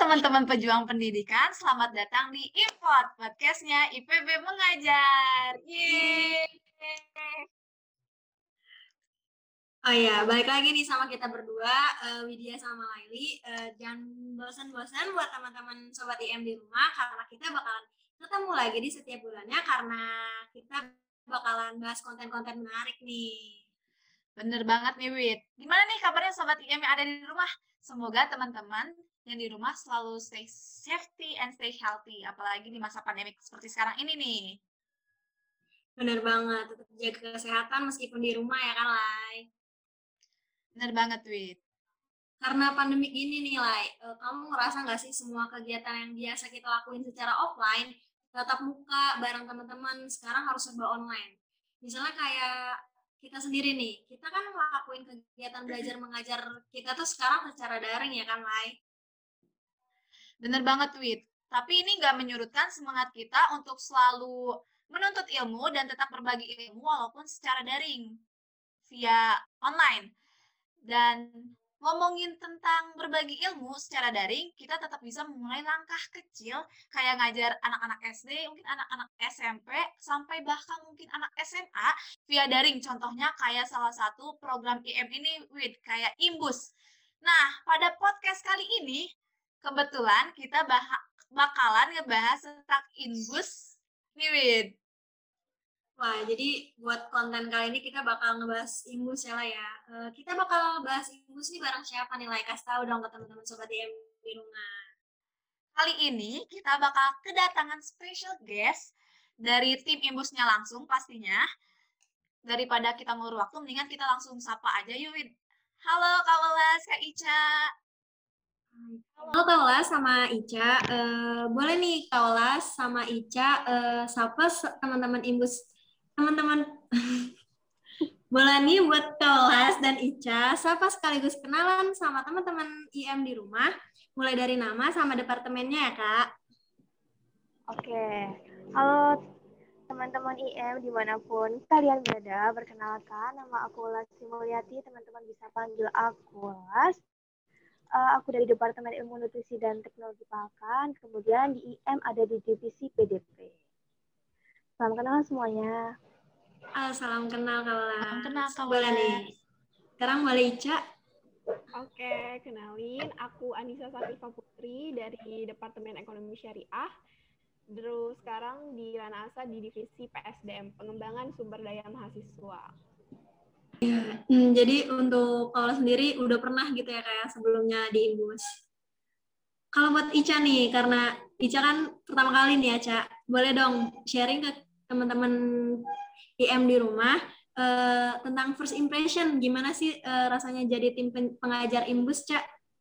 teman-teman pejuang pendidikan, selamat datang di IPOD, podcastnya IPB Mengajar. Yeay! Oh iya, balik lagi nih sama kita berdua, Widya sama Laili. Jangan bosan-bosan buat teman-teman Sobat IM di rumah, karena kita bakalan ketemu lagi di setiap bulannya, karena kita bakalan bahas konten-konten menarik nih. Bener banget nih, Wid. Gimana nih kabarnya Sobat IM yang ada di rumah? Semoga teman-teman yang di rumah selalu stay safety and stay healthy, apalagi di masa pandemik seperti sekarang ini nih. Bener banget, tetap jaga kesehatan meskipun di rumah ya kan, Lai? Bener banget, Wid. Karena pandemik ini nih, Lai, kamu ngerasa nggak sih semua kegiatan yang biasa kita lakuin secara offline, tatap muka bareng teman-teman, sekarang harus serba online. Misalnya kayak kita sendiri nih, kita kan ngelakuin kegiatan belajar mengajar kita tuh sekarang secara daring ya kan, Lai? Bener banget, Wid. Tapi ini nggak menyurutkan semangat kita untuk selalu menuntut ilmu dan tetap berbagi ilmu walaupun secara daring, via online. Dan ngomongin tentang berbagi ilmu secara daring, kita tetap bisa memulai langkah kecil kayak ngajar anak-anak SD, mungkin anak-anak SMP, sampai bahkan mungkin anak SMA via daring. Contohnya kayak salah satu program IM ini, Wid, kayak Imbus. Nah, pada podcast kali ini, kebetulan kita bakalan ngebahas tentang Imbus nih, Wid. Wah, jadi buat konten kali ini kita bakal ngebahas Imbus ya lah ya. Kita bakal bahas Imbus nih bareng siapa nih, Lai? Kasih tahu dong ke teman-teman Sobat DM di rumah. Kali ini kita bakal kedatangan special guest dari tim Imbusnya langsung pastinya. Daripada kita ngulur waktu, mendingan kita langsung sapa aja yuk. Halo Kak Welas, Kak Ica. Halo Kaulas sama Ica. Boleh nih Kaulas sama Ica sapa teman-teman Imbus. Teman-teman boleh nih buat Kaulas dan Ica sapa sekaligus kenalan sama teman-teman IM di rumah. Mulai dari nama sama departemennya ya Kak. Oke, halo teman-teman IM dimanapun kalian berada, perkenalkan nama aku Lasti Mulyati, teman-teman bisa panggil aku Las. Aku dari Departemen Ilmu Nutrisi dan Teknologi Pakan, kemudian di IM ada di divisi PDP. Salam kenal semuanya. Salam kenal Kaulas. Salam kenal Kak Boleh Welas. nih. Sekarang boleh Ica. Oke, kenalin, aku Anissa Safifa Putri dari Departemen Ekonomi Syariah. Terus sekarang di Ranasa di divisi PSDM, Pengembangan Sumber Daya Mahasiswa. Jadi untuk Kaulas sendiri udah pernah gitu ya kayak sebelumnya di Imbus. Kalau buat Ica nih, karena Ica kan pertama kali nih ya, Ca. Boleh dong sharing ke teman-teman IM di rumah tentang first impression. Gimana sih rasanya jadi tim pengajar Imbus, Ca?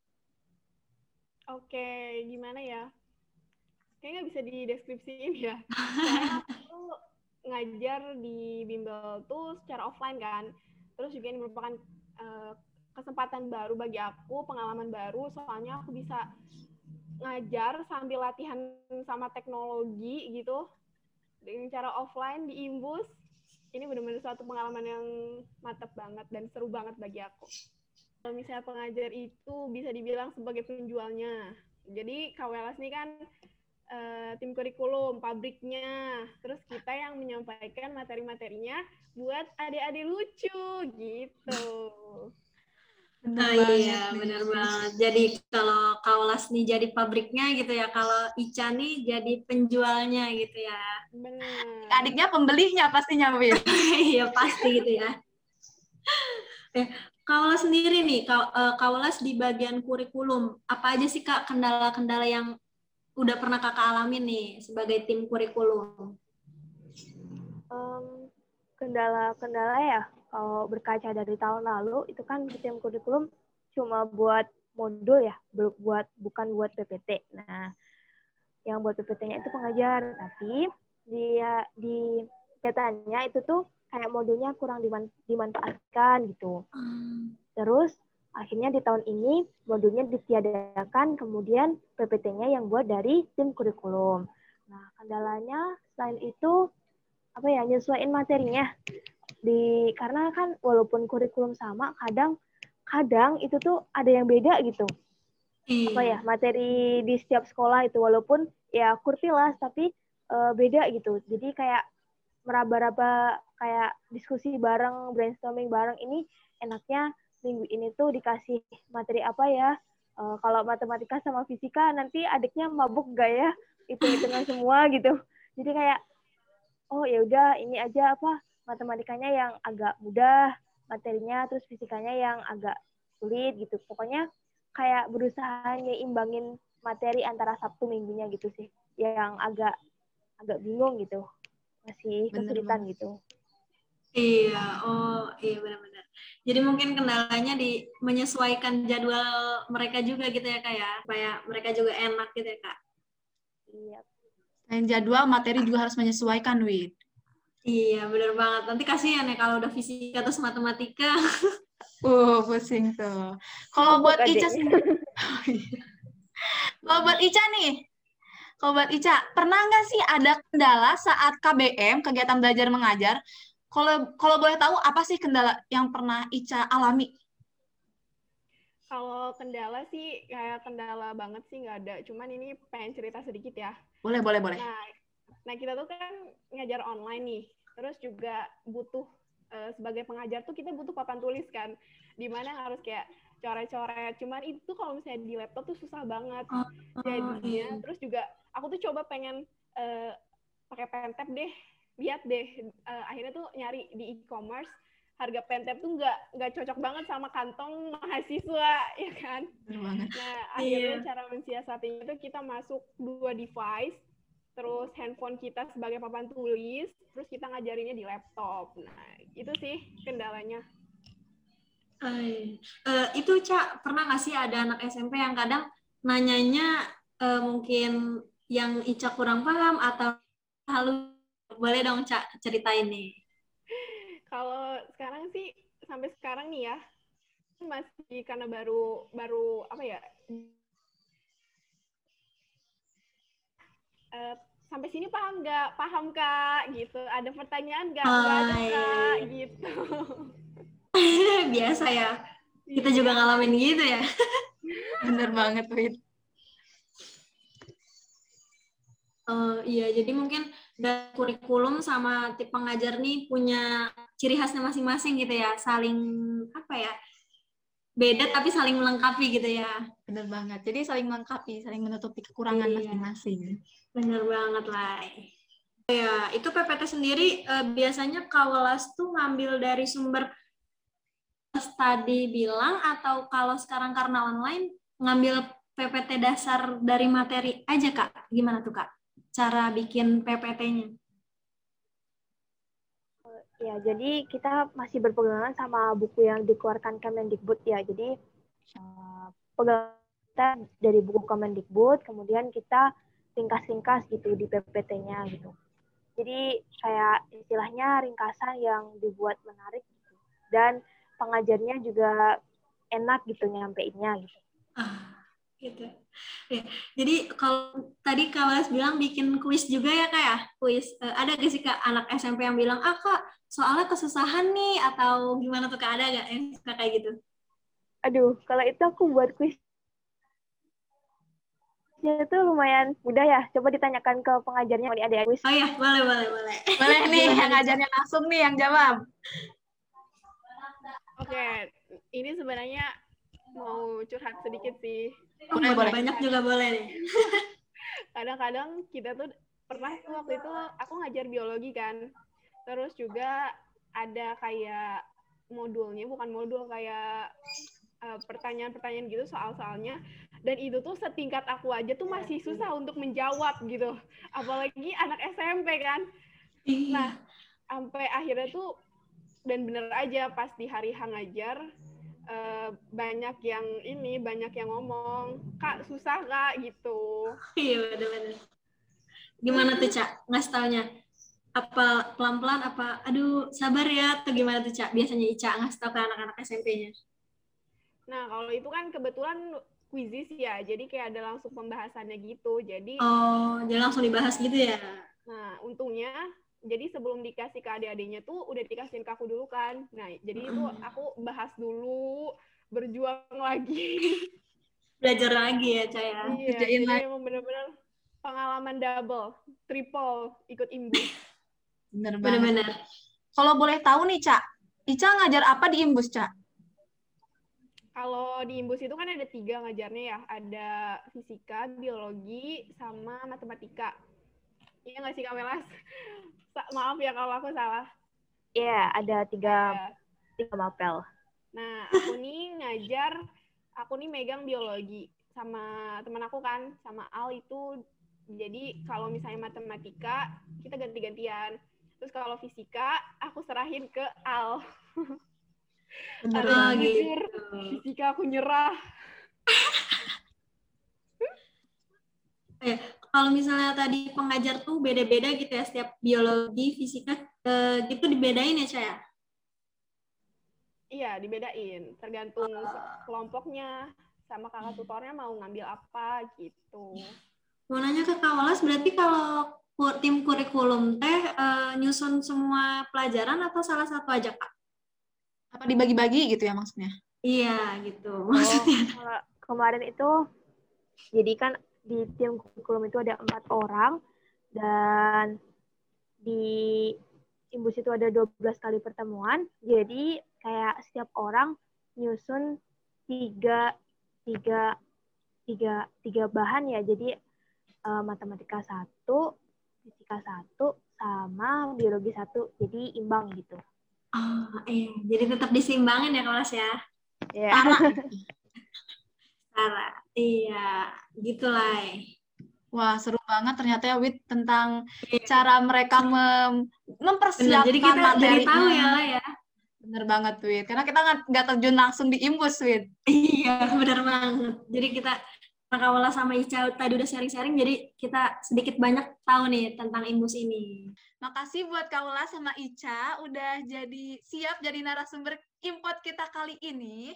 Oke, gimana ya? Kayaknya nggak bisa dideskripsiin ya. Soalnya aku ngajar di bimbel tuh secara offline kan. Terus juga ini merupakan kesempatan baru bagi aku, pengalaman baru. Soalnya aku bisa ngajar sambil latihan sama teknologi gitu dengan cara offline di Imbus. Ini benar-benar suatu pengalaman yang mantap banget dan seru banget bagi aku. Kalau misalnya pengajar itu bisa dibilang sebagai penjualnya. Jadi Kawelas ini kan tim kurikulum, pabriknya. Terus kita yang menyampaikan materi-materinya buat adik-adik lucu gitu. Iya, benar banget. Jadi kalau Kaulas nih jadi pabriknya gitu ya, kalau Ica nih jadi penjualnya gitu ya. Benar. Adiknya pembelinya pastinya, Wid. Iya, pasti gitu ya. Kaulas sendiri nih, Kaulas di bagian kurikulum, apa aja sih Kak kendala-kendala yang udah pernah Kakak alamin nih sebagai tim kurikulum? Kendala-kendala ya, kalau berkaca dari tahun lalu, itu kan tim kurikulum cuma buat modul ya, bukan buat PPT. Nah, yang buat PPT-nya itu pengajar, tapi di katanya itu tuh kayak modulnya kurang dimanfaatkan gitu. Terus akhirnya di tahun ini modulnya ditiadakan, kemudian PPT-nya yang buat dari tim kurikulum. Nah, kendalanya selain itu apa ya, nyesuaiin materinya. Karena kan walaupun kurikulum sama, kadang itu tuh ada yang beda gitu. Iya. materi di setiap sekolah itu, walaupun ya kurtilas tapi beda gitu. Jadi kayak meraba-raba, kayak diskusi bareng, brainstorming bareng, ini enaknya minggu ini tuh dikasih materi apa ya. Kalau matematika sama fisika nanti adiknya mabuk gak ya, hitung-hitungan semua gitu. Jadi kayak oh ya udah ini aja matematikanya yang agak mudah materinya, terus fisikanya yang agak sulit gitu. Pokoknya kayak berusaha nyimbangin materi antara Sabtu minggunya gitu sih, yang agak agak bingung gitu, masih Bener kesulitan banget. gitu. Iya, oh iya benar-benar. Jadi mungkin kendalanya di menyesuaikan jadwal mereka juga gitu ya Kak ya, supaya mereka juga enak gitu ya Kak. Iya. Selain jadwal, materi juga harus menyesuaikan, Wid. Iya, benar banget. Nanti kasihan ya kalau udah fisika terus matematika. Pusing tuh. Kalau Mabuk buat Ica adiknya. sendiri, kalau buat Ica nih, kalau buat Ica, pernah nggak sih ada kendala saat KBM, kegiatan belajar mengajar? Kalau kalau boleh tahu, apa sih kendala yang pernah Ica alami? Kalau kendala sih kayak kendala banget sih nggak ada. Cuman ini pengen cerita sedikit ya. Boleh, boleh, boleh. Nah, nah kita tuh kan ngajar online nih. Terus juga butuh sebagai pengajar tuh kita butuh papan tulis kan. Dimana harus kayak coret-coret. Cuman itu kalau misalnya di laptop tuh susah banget. Oh, Jadinya iya. terus juga aku tuh coba pengen pakai pentap deh. Lihat deh. Akhirnya tuh nyari di e-commerce, harga pentap tuh nggak cocok banget sama kantong mahasiswa, ya kan? Bener banget. Nah, Iya. akhirnya cara mensiasatinya itu kita masuk 2 device, terus handphone kita sebagai papan tulis, terus kita ngajarinnya di laptop. Nah, itu sih kendalanya. Itu Cak, pernah nggak sih ada anak SMP yang kadang nanyanya mungkin yang Ica kurang paham atau halus? Boleh dong Cak ceritain nih. Kalau sekarang sih, sampai sekarang nih ya, masih karena baru baru apa ya, sampai sini paham nggak? Paham Kak, gitu. Ada pertanyaan nggak? Nggak ada Kak, Hai. gitu. Biasa ya. Kita juga Iya. ngalamin gitu ya. Bener banget, Wid. Iya, jadi mungkin dari kurikulum sama tip pengajar nih punya ciri khasnya masing-masing gitu ya. Saling apa ya? Beda tapi saling melengkapi gitu ya. Bener banget. Jadi saling melengkapi, saling menutupi kekurangan Iya, masing-masing. bener banget lah. Ya, itu PPT sendiri biasanya Kawelas tuh ngambil dari sumber tadi bilang atau kalau sekarang karena online ngambil PPT dasar dari materi aja Kak? Gimana tuh Kak? Cara bikin PPT-nya? Ya, jadi kita masih berpegangan sama buku yang dikeluarkan Kemendikbud ya. Jadi pegangan kita dari buku Kemendikbud, kemudian kita ringkas-ringkas gitu di PPT-nya gitu. Jadi kayak istilahnya ringkasan yang dibuat menarik gitu. Dan pengajarnya juga enak gitu nyampeinnya gitu. Gitu. Ya. Jadi kalau tadi Kak Walas bilang bikin kuis juga ya Kak ya? Kuis. Ada gak sih Kak anak SMP yang bilang, ah Kak soalnya kesusahan nih atau gimana tuh Kak? Ada gak yang suka kayak gitu? Aduh, kalau itu aku buat kuisnya itu lumayan mudah ya. Coba ditanyakan ke pengajarnya kalau ada kuis. Oh iya, boleh, boleh, boleh. Boleh nih, Gimana yang nih Cak? ngajarnya langsung nih yang jawab. Oke, ini sebenarnya mau curhat sedikit sih. Oh, Boleh, boleh. banyak juga boleh nih. Kadang-kadang kita tuh pernah tuh waktu itu aku ngajar biologi kan. Terus juga ada kayak modulnya, bukan modul, kayak pertanyaan-pertanyaan gitu soal-soalnya. Dan itu tuh setingkat aku aja tuh masih susah untuk menjawab gitu. Apalagi anak SMP kan. Nah, Iya. sampai akhirnya tuh, dan bener aja pas di hari H ngajar, banyak yang ngomong, Kak susah Kak gitu. Iya, bener-bener. Gimana tuh Cak ngasih taunya? Apa pelan-pelan apa aduh sabar ya atau gimana tuh Cak biasanya Ica ngasih tau ke anak-anak SMP-nya? Nah, kalau itu kan kebetulan kuisis ya, jadi kayak ada langsung pembahasannya gitu. Jadi, Oh, jadi langsung dibahas gitu ya? nah untungnya, jadi sebelum dikasih ke adik-adiknya tuh udah dikasihin ke aku dulu kan. Nah, jadi itu aku bahas dulu, berjuang lagi. Belajar lagi ya, Ca ya. Iya, Kerjain jadi lagi. emang bener-bener pengalaman double, triple ikut imbus. Bener banget. Benar-benar. Kalau boleh tahu nih, Ca, Ica ngajar apa di Imbus, Ca? Kalau di imbus itu kan ada 3 ngajarnya ya, ada fisika, biologi, sama matematika. Iya nggak sih Kak Melas? Maaf ya kalau aku salah. Iya, ada tiga Ya. mapel. Nah, aku nih megang biologi sama teman aku kan, sama Al itu. Jadi kalau misalnya matematika, kita ganti-gantian. Terus kalau fisika, aku serahin ke Al. Bener Aduh, banget. jujur, Gitu. fisika aku nyerah. Kalau misalnya tadi pengajar tuh beda-beda gitu ya, setiap biologi, fisika gitu dibedain ya, Ca ya? Iya, dibedain. Tergantung kelompoknya sama kakak tutornya mau ngambil apa gitu. Mau nanya ke Kak Walas, berarti kalau tim kurikulum teh nyusun semua pelajaran atau salah satu aja, Kak? Apa dibagi-bagi gitu ya maksudnya? Iya, gitu. Oh, kalau kemarin itu, jadi kan di tim kurikulum itu ada 4 orang, dan di Imbus itu ada 12 kali pertemuan, jadi kayak setiap orang nyusun tiga, tiga, tiga bahan ya, jadi matematika 1, fisika 1, sama biologi 1, jadi imbang gitu. Oh, jadi tetap diseimbangin ya, Kak Walas ya? Ya. Tara. Cara. Iya, gitulah. Wah, seru banget ternyata ya, Wit, tentang Iya, cara mereka benar. Jadi mempersiapkan kita jadi tahu ya materinya. lah ya. Bener banget, Wit. Karena kita nggak terjun langsung di Imbus, Wit. Iya, benar banget. Jadi kita Kak Walas sama Ica tadi udah sharing-sharing, jadi kita sedikit banyak tahu nih tentang imbus ini. Makasih buat Kaula sama Ica udah siap jadi narasumber import kita kali ini.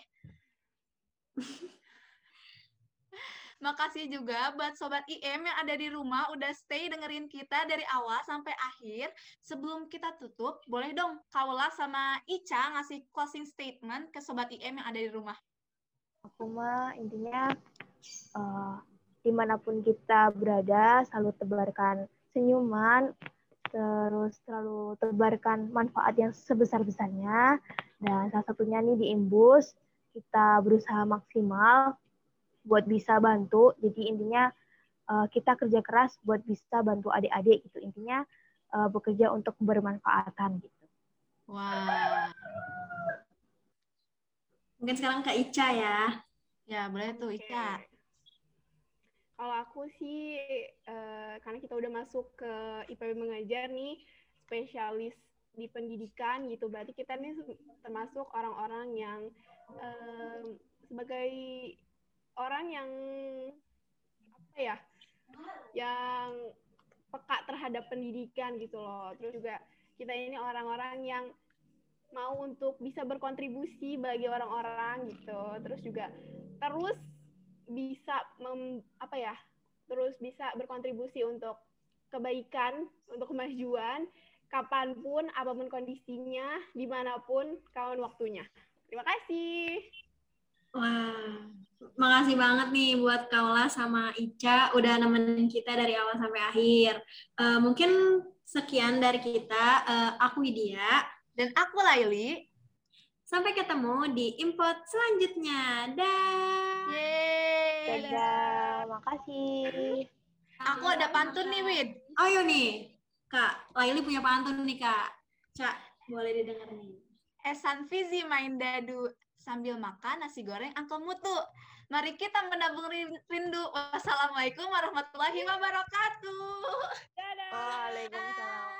Makasih juga buat Sobat IM yang ada di rumah udah stay dengerin kita dari awal sampai akhir. Sebelum kita tutup, boleh dong Kaula sama Ica ngasih closing statement ke Sobat IM yang ada di rumah. Aku mah intinya dimanapun kita berada, selalu tebarkan senyuman, terus selalu tebarkan manfaat yang sebesar-besarnya, dan salah satunya nih di Imbus, kita berusaha maksimal buat bisa bantu, jadi intinya kita kerja keras buat bisa bantu adik-adik gitu, intinya bekerja untuk bermanfaatan gitu. Wah. Mungkin sekarang Kak Ica ya. Ya, boleh tuh Ica. Kalau aku sih, karena kita udah masuk ke IPB Mengajar nih, spesialis di pendidikan gitu, berarti kita nih termasuk orang-orang yang sebagai orang yang apa ya, yang peka terhadap pendidikan gitu loh. Terus juga kita ini orang-orang yang mau untuk bisa berkontribusi bagi orang-orang gitu. Terus juga terus bisa terus bisa berkontribusi untuk kebaikan, untuk kemajuan, kapanpun, apapun kondisinya, dimanapun, kawan waktunya. Terima kasih. Wah, makasih banget nih buat Kaula sama Ica udah nemenin kita dari awal sampai akhir. Mungkin sekian dari kita. Aku Widya. Dan aku Laili. Sampai ketemu di import selanjutnya. Dah. Yeay. Dadah, makasih. Aku ada pantun nih, Wid. Oh iya nih, Kak. Laili punya pantun nih, Kak. Cak, boleh didengar nih. Esan Fizi main dadu sambil makan nasi goreng angkel mutu. Mari kita menabung rindu. Wassalamualaikum warahmatullahi wabarakatuh. Dadah. Waalaikumsalam.